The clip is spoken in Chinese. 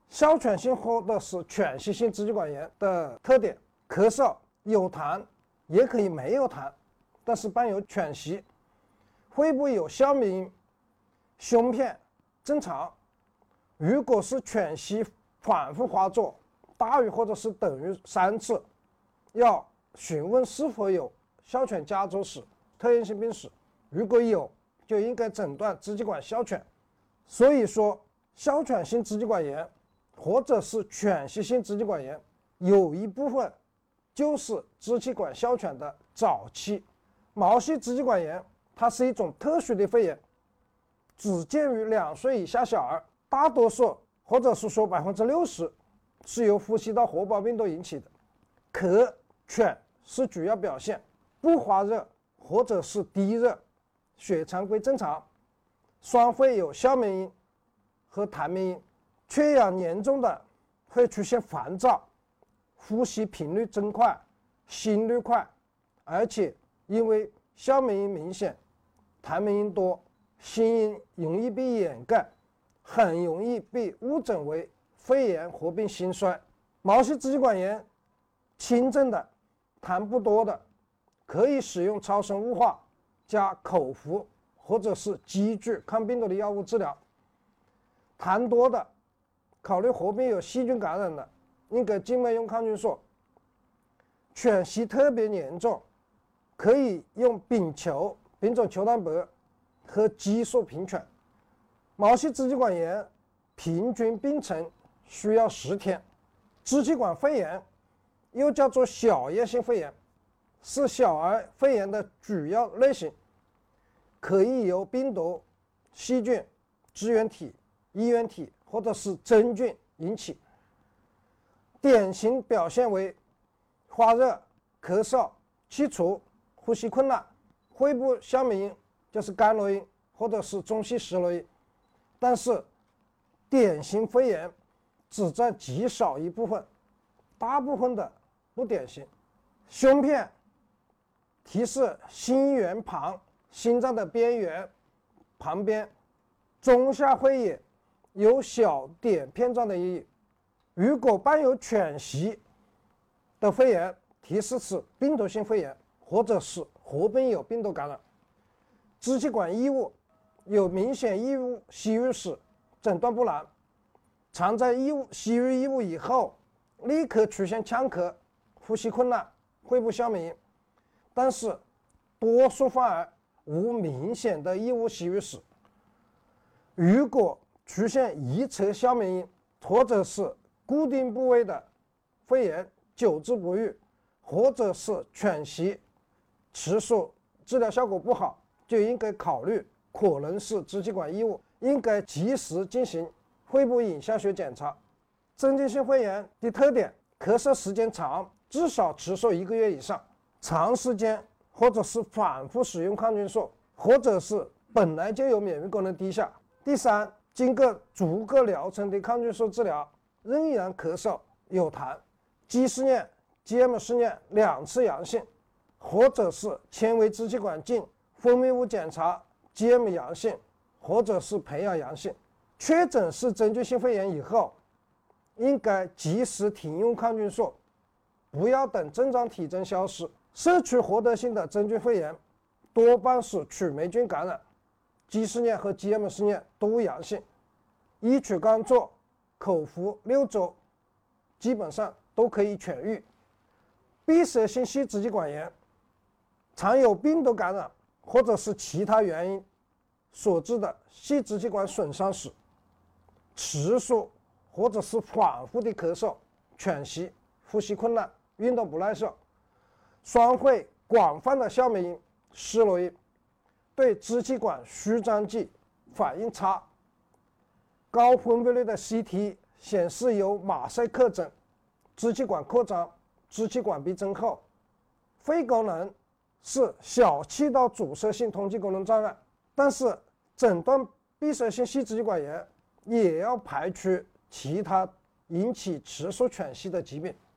哮喘性或者是犬息性支气管炎的特点：咳嗽有痰，也可以没有痰，但是伴有犬息，肺部有哮鸣音，胸片正常。如果是犬息反复发作，大于或者是等于3次，要询问是否有哮犬家族史、特应性病史，如果有，就应该诊断支气管哮犬。所以说，哮喘性支气管炎或者是犬息性支气管炎，有一部分就是支气管哮犬的早期。毛细支气管炎它是一种特殊的肺炎，只见于2岁以下小儿，大多数或者是说60%是由呼吸道合胞病毒引起的。咳、犬是主要表现，不发热或者是低热，血常规正常，双肺有哮鸣音和痰鸣音。缺氧严重的会出现烦躁，呼吸频率增快，心率快，而且因为哮鸣音明显，痰鸣音多，心音容易被掩盖，很容易被误诊为肺炎合并心衰。毛细支气管炎轻症的，痰不多的，可以使用超声雾化加口服或者是积聚抗病毒的药物治疗。痰多的，考虑合并有细菌感染的，应该静脉用抗菌素。犬息特别严重，可以用丙球、丙种球蛋白和激素平犬。毛细支气管炎平均病程需要10天。支气管肺炎又叫做小叶性肺炎，是小儿肺炎的主要类型，可以由病毒、细菌、支原体、衣原体或者是真菌引起。典型表现为发热、咳嗽、气促、呼吸困难，肺部哮鸣音就是干啰音或者是中细湿啰音，但是典型肺炎只占极少一部分，大部分的不典型。胸片提示心源旁，心脏的边缘旁边，中下肺野有小点片状的阴影。如果伴有犬息的肺炎，提示是病毒性肺炎或者是合并有病毒感染。支气管异物有明显异物吸入史，诊断不难。常在吸入异物以后立刻出现呛咳、呼吸困难、肺部哮鸣，但是多数患儿无明显的异物吸入史。如果出现一侧哮鸣音或者是固定部位的肺炎久治不愈，或者是犬息持续治疗效果不好，就应该考虑可能是支气管异物，应该及时进行肺部影像学检查。真菌性肺炎的特点：咳嗽时间长，至少持续1个月以上，长时间或者是反复使用抗菌素，或者是本来就有免疫功能低下。第三，经过逐个疗程的抗菌素治疗，仍然咳嗽有痰，G 试验、GM 试验2次阳性，或者是纤维支气管镜分泌物检查 GM 阳性，或者是培养阳性。确诊是真菌性肺炎以后，应该及时停用抗菌素，不要等症状体征消失。社区活动性的真菌肺炎多半是曲霉菌感染，G 试验和 GM 试验都阳性，一曲甘蔗口服6周，基本上都可以痊愈。闭塞性细支气管炎常有病毒感染或者是其他原因所致的细支气管损伤史，持续或者是反复的咳嗽、犬息、呼吸困难、运动不耐受，双肺广泛的哮鸣音、湿啰音，对支气管舒张剂反应差，高分辨率的 CT 显示有马赛克征，支气管扩张、支气管壁增厚，肺功能是小气道阻塞性通气功能障碍。但是诊断闭塞性细支气管炎也要排除其他引起持续犬息的疾病。